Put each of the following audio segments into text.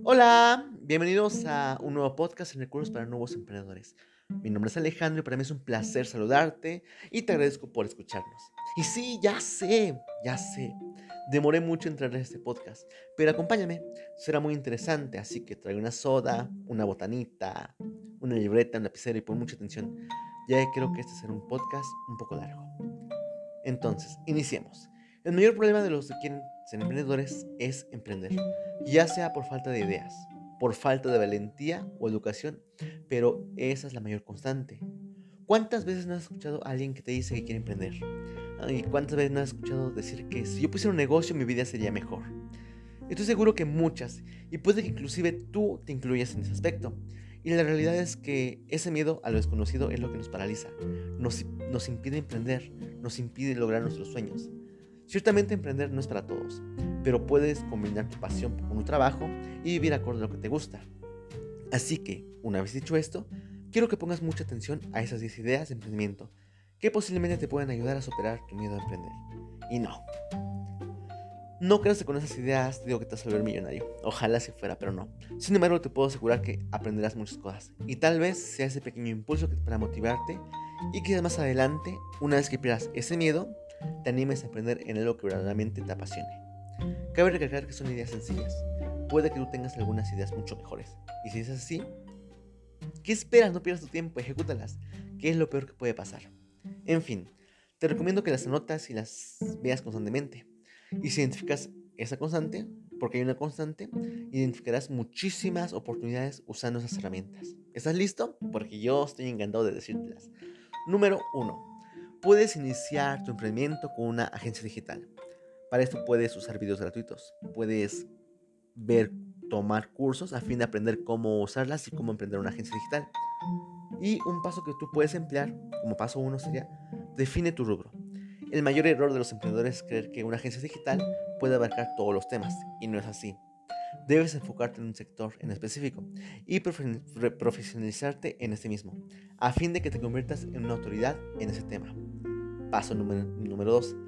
Hola, bienvenidos a un nuevo podcast en Recursos para Nuevos Emprendedores. Mi nombre es Alejandro y para mí es un placer saludarte y te agradezco por escucharnos. Y sí, ya sé, demoré mucho en traer este podcast, pero acompáñame, será muy interesante, así que trae una soda, una botanita, una libreta, un lapicero y pon mucha atención, ya que creo que este será un podcast un poco largo. Entonces, iniciemos. El mayor problema de los que quieren ser emprendedores es emprender, ya sea por falta de ideas, por falta de valentía o educación, pero esa es la mayor constante. ¿Cuántas veces no has escuchado a alguien que te dice que quiere emprender? ¿Y cuántas veces no has escuchado decir que si yo pusiera un negocio mi vida sería mejor? Estoy seguro que muchas, y puede que inclusive tú te incluyas en ese aspecto. Y la realidad es que ese miedo a lo desconocido es lo que nos paraliza, nos impide emprender, nos impide lograr nuestros sueños. Ciertamente emprender no es para todos, pero puedes combinar tu pasión con un trabajo y vivir acorde a lo que te gusta. Así que, una vez dicho esto, quiero que pongas mucha atención a esas 10 ideas de emprendimiento que posiblemente te puedan ayudar a superar tu miedo a emprender. Y no creas que con esas ideas te digo que te vas a volver millonario. Ojalá si fuera, pero no. Sin embargo, te puedo asegurar que aprenderás muchas cosas. Y tal vez sea ese pequeño impulso para motivarte y que más adelante, una vez que pierdas ese miedo, te animes a aprender en algo que verdaderamente te apasione. Cabe recalcar que son ideas sencillas. Puede que tú tengas algunas ideas mucho mejores. Y si es así, ¿qué esperas? No pierdas tu tiempo, ejecútalas. ¿Qué es lo peor que puede pasar? En fin, te recomiendo que las anotas y las veas constantemente. Y si identificas esa constante, porque hay una constante, identificarás muchísimas oportunidades usando esas herramientas. ¿Estás listo? Porque yo estoy encantado de decírtelas. Número uno. Puedes iniciar tu emprendimiento con una agencia digital. Para esto puedes usar videos gratuitos. Puedes ver, tomar cursos a fin de aprender cómo usarlas y cómo emprender una agencia digital. Y un paso que tú puedes emplear, como paso uno sería, define tu rubro. El mayor error de los emprendedores es creer que una agencia digital puede abarcar todos los temas, y no es así. Debes enfocarte en un sector en específico y profesionalizarte en este mismo, a fin de que te conviertas en una autoridad en ese tema. Paso número 2.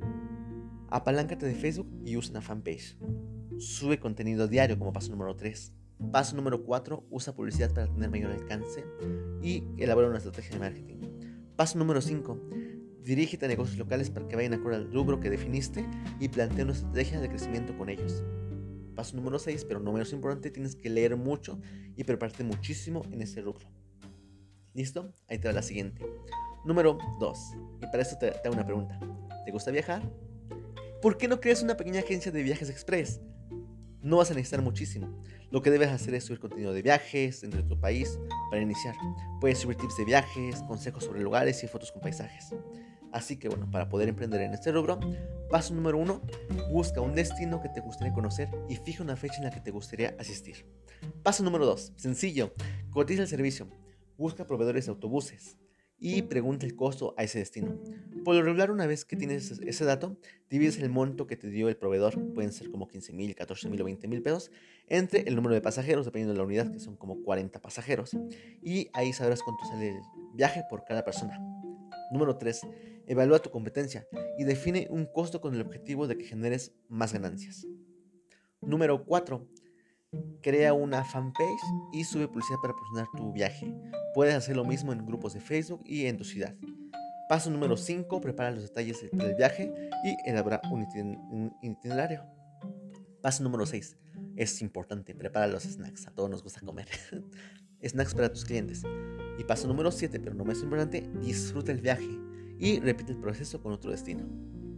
Apaláncate de Facebook y usa una fanpage. Sube contenido diario como paso número 3. Paso número 4. Usa publicidad para tener mayor alcance y elabora una estrategia de marketing. Paso número 5. Dirígete a negocios locales para que vayan acorde al rubro que definiste y plantea una estrategia de crecimiento con ellos. Paso número 6, pero no menos importante, tienes que leer mucho y prepararte muchísimo en ese rubro. ¿Listo? Ahí te va la siguiente. Número 2. Y para esto te hago una pregunta. ¿Te gusta viajar? ¿Por qué no creas una pequeña agencia de viajes express? No vas a necesitar muchísimo. Lo que debes hacer es subir contenido de viajes dentro de tu país para iniciar. Puedes subir tips de viajes, consejos sobre lugares y fotos con paisajes. Así que bueno, para poder emprender en este rubro, paso número 1, busca un destino que te gustaría conocer y fija una fecha en la que te gustaría asistir. Paso número 2, sencillo, cotiza el servicio, busca proveedores de autobuses y pregunta el costo a ese destino. Por lo regular, una vez que tienes ese dato, divides el monto que te dio el proveedor, pueden ser como 15,000, 14,000 o 20,000 pesos, entre el número de pasajeros, dependiendo de la unidad, que son como 40 pasajeros. Y ahí sabrás cuánto sale el viaje por cada persona. Número 3. Evalúa tu competencia y define un costo con el objetivo de que generes más ganancias. Número 4. Crea una fanpage y sube publicidad para promocionar tu viaje. Puedes hacer lo mismo en grupos de Facebook y en tu ciudad. Paso número 5. Prepara los detalles del viaje y elabora un itinerario. Paso número 6. Es importante, prepara los snacks. A todos nos gusta comer. Snacks para tus clientes. Y paso número 7, pero no más importante, disfruta el viaje y repite el proceso con otro destino.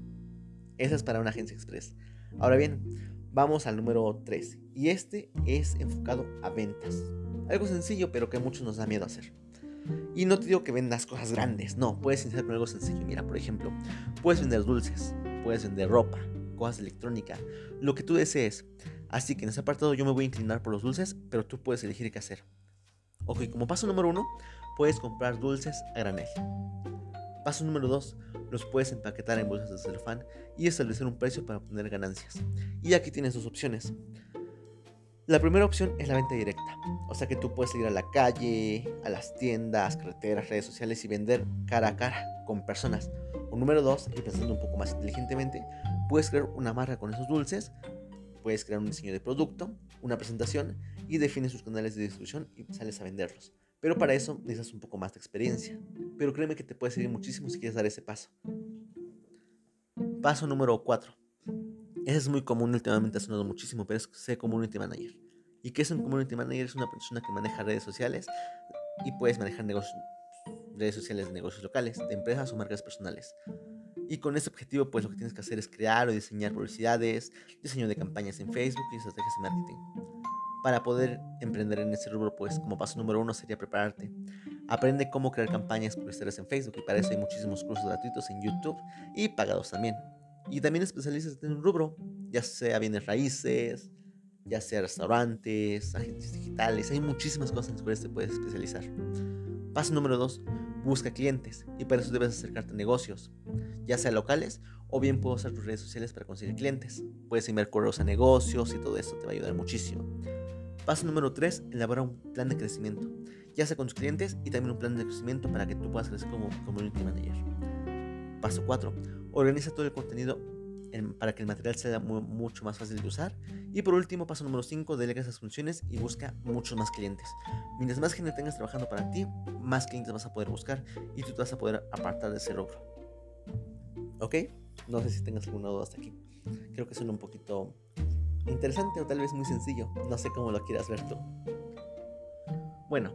Esa es para una agencia express. Ahora bien, vamos al número 3. Y este es enfocado a ventas. Algo sencillo, pero que a muchos nos da miedo hacer. Y no te digo que vendas cosas grandes, no, puedes iniciar con algo sencillo. Mira, por ejemplo, puedes vender dulces, puedes vender ropa, cosas de electrónica, lo que tú desees. Así que en ese apartado yo me voy a inclinar por los dulces, pero tú puedes elegir qué hacer. Ok, como paso número 1, puedes comprar dulces a granel. Paso número 2, los puedes empaquetar en bolsas de celofán y establecer un precio para obtener ganancias. Y aquí tienes dos opciones. La primera opción es la venta directa, o sea que tú puedes ir a la calle, a las tiendas, carreteras, redes sociales y vender cara a cara con personas. O número 2, y pensando un poco más inteligentemente, puedes crear una marca con esos dulces, puedes crear un diseño de producto, una presentación y defines sus canales de distribución y sales a venderlos. Pero para eso necesitas un poco más de experiencia. Pero créeme que te puede servir muchísimo si quieres dar ese paso. Paso número 4. Ese es muy común, últimamente ha sonado muchísimo, pero es ser community manager. ¿Y qué es un community manager? Es una persona que maneja redes sociales y puedes manejar redes sociales de negocios locales, de empresas o marcas personales. Y con ese objetivo, pues lo que tienes que hacer es crear o diseñar publicidades, diseño de campañas en Facebook y estrategias de marketing. Para poder emprender en ese rubro, pues como paso número 1 sería prepararte. Aprende cómo crear campañas publicitarias en Facebook y para eso hay muchísimos cursos gratuitos en YouTube y pagados también. Y también especialízate en un rubro, ya sea bienes raíces, ya sea restaurantes, agentes digitales, hay muchísimas cosas en las cuales te puedes especializar. Paso número 2, busca clientes y para eso debes acercarte a negocios, ya sea locales o bien puedes usar tus redes sociales para conseguir clientes. Puedes enviar correos a negocios y todo eso te va a ayudar muchísimo. Paso número 3, elabora un plan de crecimiento, ya sea con tus clientes y también un plan de crecimiento para que tú puedas crecer como community manager. Paso 4, organiza todo el contenido para que el material sea mucho más fácil de usar. Y por último, paso número 5, delega esas funciones y busca muchos más clientes. Mientras más gente tengas trabajando para ti, más clientes vas a poder buscar y tú te vas a poder apartar de ese rubro. ¿Ok? No sé si tengas alguna duda hasta aquí. Creo que suena un poquito interesante o tal vez muy sencillo. No sé cómo lo quieras ver tú. Bueno,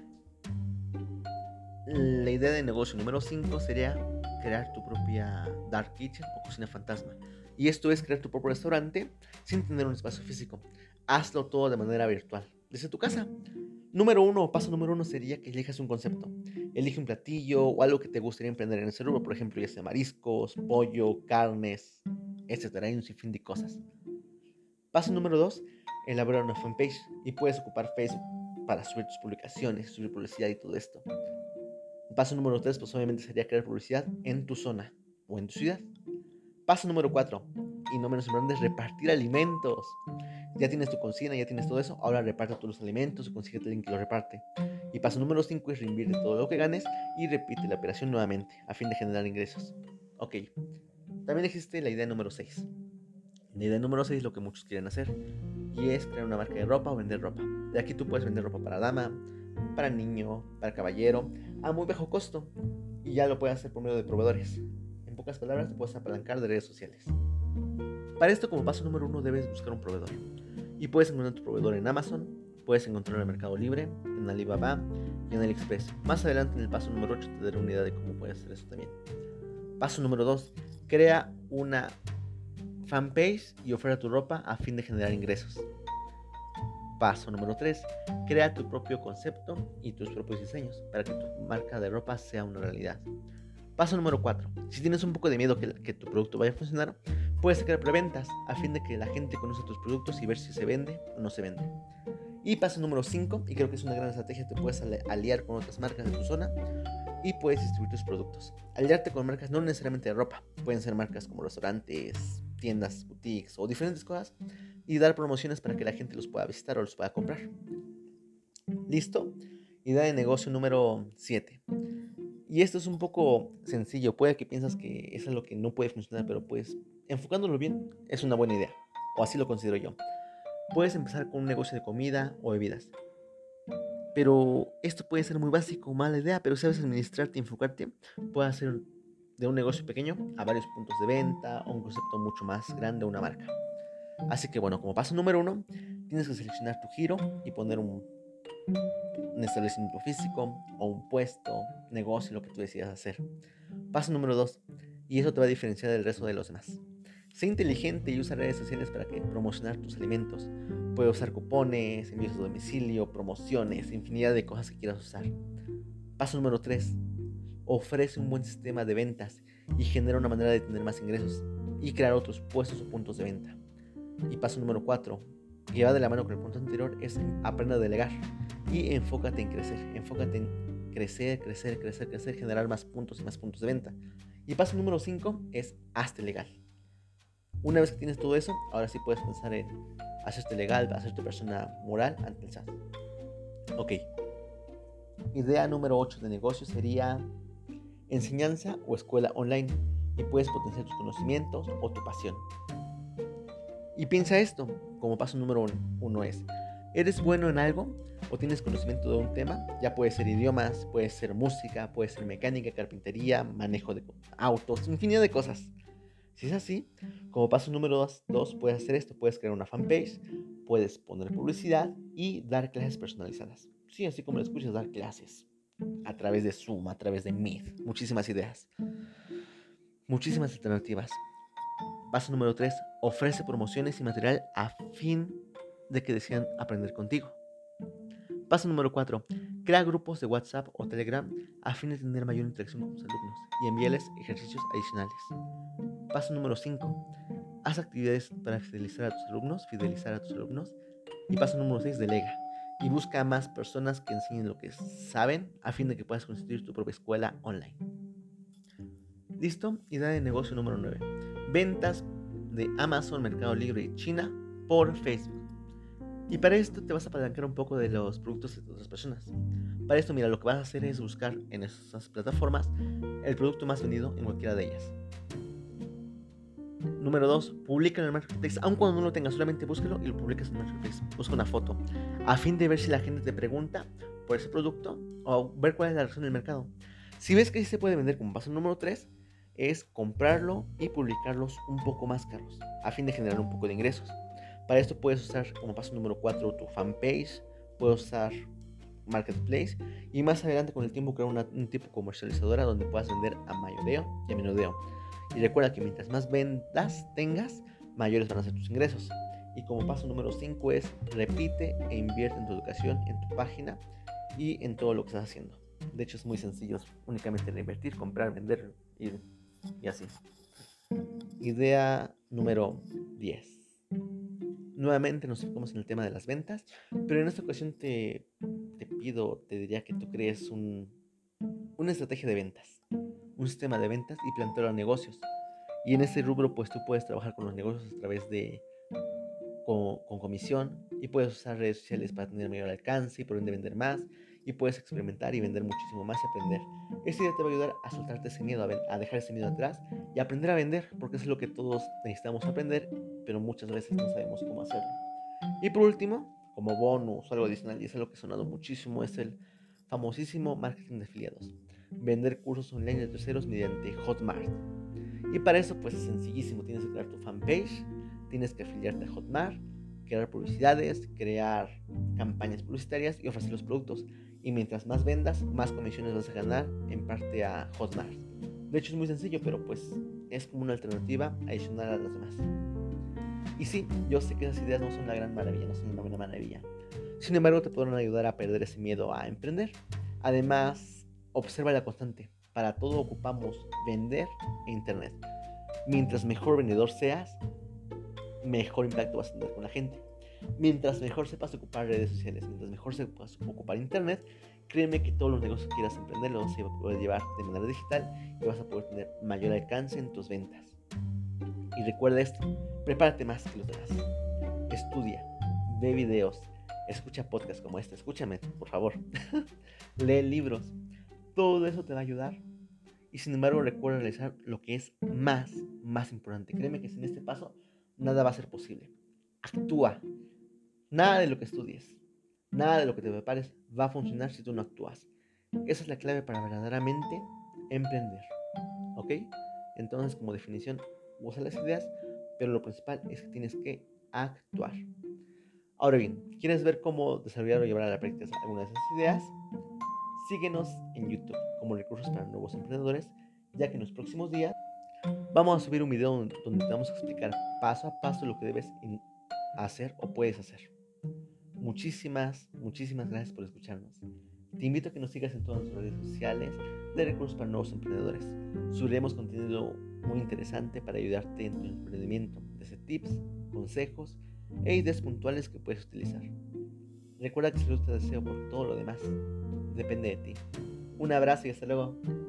la idea de negocio número 5 sería crear tu propia dark kitchen o cocina fantasma. Y esto es crear tu propio restaurante sin tener un espacio físico. Hazlo todo de manera virtual, desde tu casa. Paso número 1 sería que elijas un concepto. Elige un platillo o algo que te gustaría emprender en ese rubro. Por ejemplo, ya sea mariscos, pollo, carnes, etcétera. Hay un sinfín de cosas. Paso número 2, elabora una fanpage y puedes ocupar Facebook para subir tus publicaciones, subir publicidad y todo esto. Paso número 3, pues obviamente sería crear publicidad en tu zona o en tu ciudad. Paso número 4, y no menos importante, es repartir alimentos. Ya tienes tu cocina, ya tienes todo eso, ahora reparte todos los alimentos o consíguete a alguien que lo reparte. Y paso número 5 es reinvierte todo lo que ganes y repite la operación nuevamente a fin de generar ingresos. Ok, también existe la idea número 6. La idea número 6 es lo que muchos quieren hacer y es crear una marca de ropa o vender ropa. De aquí tú puedes vender ropa para dama, para niño, para caballero, a muy bajo costo y ya lo puedes hacer por medio de proveedores. En pocas palabras, te puedes apalancar de redes sociales. Para esto, como paso número 1, debes buscar un proveedor y puedes encontrar tu proveedor en Amazon, puedes encontrarlo en el Mercado Libre, en Alibaba y en AliExpress. Más adelante en el paso número 8 te daré una idea de cómo puedes hacer eso también. Paso número 2, crea una fanpage y oferta tu ropa a fin de generar ingresos. Paso número 3, crea tu propio concepto y tus propios diseños para que tu marca de ropa sea una realidad. Paso número 4, si tienes un poco de miedo que tu producto vaya a funcionar, puedes sacar preventas a fin de que la gente conozca tus productos y ver si se vende o no se vende. Y paso número 5, y creo que es una gran estrategia, te puedes aliar con otras marcas de tu zona y puedes distribuir tus productos. Aliarte con marcas no necesariamente de ropa, pueden ser marcas como restaurantes, tiendas, boutiques o diferentes cosas y dar promociones para que la gente los pueda visitar o los pueda comprar. ¿Listo? Idea de negocio número 7. Y esto es un poco sencillo, puede que piensas que es algo que no puede funcionar, pero pues enfocándolo bien es una buena idea, o así lo considero yo. Puedes empezar con un negocio de comida o bebidas. Pero esto puede ser muy básico, mala idea, pero si sabes administrarte y enfocarte, puedes hacer de un negocio pequeño a varios puntos de venta o un concepto mucho más grande, una marca. Así que bueno, como paso número 1, tienes que seleccionar tu giro y poner un establecimiento físico o un puesto, negocio, lo que tú decidas hacer. Paso número 2, y eso te va a diferenciar del resto de los demás. Sé inteligente y usa redes sociales para promocionar tus alimentos. Puedes usar cupones, envíos a domicilio, promociones, infinidad de cosas que quieras usar. Paso número 3, ofrece un buen sistema de ventas y genera una manera de tener más ingresos y crear otros puestos o puntos de venta. Y paso número 4, que va de la mano con el punto anterior, es aprender a delegar y enfócate en crecer. Enfócate en crecer, generar más puntos y más puntos de venta. Y paso número 5 es hazte legal. Una vez que tienes todo eso, ahora sí puedes pensar en hacerte legal, hacerte persona moral ante el SAT. Ok. Idea número 8 de negocio sería enseñanza o escuela online y puedes potenciar tus conocimientos o tu pasión. Y piensa esto, como paso número uno es, ¿eres bueno en algo o tienes conocimiento de un tema? Ya puede ser idiomas, puede ser música, puede ser mecánica, carpintería, manejo de autos, infinidad de cosas. Si es así, como paso número dos, puedes hacer esto, puedes crear una fanpage, puedes poner publicidad y dar clases personalizadas. Sí, así como lo escuchas, dar clases a través de Zoom, a través de Meet, muchísimas ideas, muchísimas alternativas. Paso número 3, ofrece promociones y material a fin de que decidan aprender contigo. Paso número 4, crea grupos de WhatsApp o Telegram a fin de tener mayor interacción con tus alumnos y envíales ejercicios adicionales. Paso número 5, haz actividades para fidelizar a tus alumnos. Y paso número 6, delega y busca a más personas que enseñen lo que saben a fin de que puedas constituir tu propia escuela online. ¿Listo? Idea de negocio número 9. Ventas de Amazon, Mercado Libre y China por Facebook. Y para esto te vas a apalancar un poco de los productos de otras personas. Para esto, mira, lo que vas a hacer es buscar en esas plataformas el producto más vendido en cualquiera de ellas. Número 2, publica en el Marketplace. Aun cuando no lo tengas, solamente búscalo y lo publicas en el Marketplace. Busca una foto a fin de ver si la gente te pregunta por ese producto o ver cuál es la reacción del mercado. Si ves que sí se puede vender, como paso número 3, es comprarlo y publicarlos un poco más caros a fin de generar un poco de ingresos. Para esto puedes usar como paso número 4 tu fanpage, puedes usar Marketplace y más adelante con el tiempo crear un tipo comercializadora donde puedas vender a mayoreo y a menudeo. Y recuerda que mientras más ventas tengas, mayores van a ser tus ingresos. Y como paso número 5 es repite e invierte en tu educación, en tu página y en todo lo que estás haciendo. De hecho es muy sencillo, es únicamente reinvertir, comprar, vender y así. Idea número 10. Nuevamente nos enfocamos en el tema de las ventas, pero en esta ocasión te diría que tú crees una estrategia de ventas, un sistema de ventas y plantearlo a negocios. Y en ese rubro, pues tú puedes trabajar con los negocios a través de con comisión y puedes usar redes sociales para tener mayor alcance y por ende vender más y puedes experimentar y vender muchísimo más y aprender. Esta idea te va a ayudar a soltarte ese miedo, a dejar ese miedo atrás y aprender a vender, porque eso es lo que todos necesitamos aprender, pero muchas veces no sabemos cómo hacerlo. Y por último, como bonus o algo adicional, y es algo que ha sonado muchísimo, es el famosísimo marketing de afiliados. Vender cursos online de terceros mediante Hotmart. Y para eso pues es sencillísimo, tienes que crear tu fanpage, tienes que afiliarte a Hotmart, crear publicidades, crear campañas publicitarias y ofrecer los productos. Y mientras más vendas, más comisiones vas a ganar en parte a Hotmart. De hecho es muy sencillo, pero pues es como una alternativa adicional a las demás. Y sí, yo sé que esas ideas no son la gran maravilla, no son una buena maravilla. Sin embargo, te podrán ayudar a perder ese miedo a emprender. Además, observa la constante. Para todo ocupamos vender e internet. Mientras mejor vendedor seas, mejor impacto vas a tener con la gente. Mientras mejor sepas ocupar redes sociales, mientras mejor sepas ocupar internet, créeme que todos los negocios que quieras emprender los vas a poder llevar de manera digital y vas a poder tener mayor alcance en tus ventas. Y recuerda esto, prepárate más que los demás. Estudia, ve videos, escucha podcasts como este, escúchame, por favor. Lee libros, todo eso te va a ayudar. Y sin embargo, recuerda realizar lo que es más importante. Créeme que sin este paso, nada va a ser posible. Actúa. Nada de lo que estudies, nada de lo que te prepares va a funcionar si tú no actúas. Esa es la clave para verdaderamente emprender. ¿Ok? Entonces, como definición, usa las ideas, pero lo principal es que tienes que actuar. Ahora bien, ¿quieres ver cómo desarrollar o llevar a la práctica algunas de esas ideas? Síguenos en YouTube como Recursos para Nuevos Emprendedores, ya que en los próximos días vamos a subir un video donde te vamos a explicar paso a paso lo que debes hacer o puedes hacer. Muchísimas gracias por escucharnos. Te invito a que nos sigas en todas nuestras redes sociales de Recursos para Nuevos Emprendedores. Subiremos contenido muy interesante para ayudarte en tu emprendimiento, desde tips, consejos e ideas puntuales que puedes utilizar. Recuerda que salud te deseo por todo lo demás. Depende de ti. Un abrazo y hasta luego.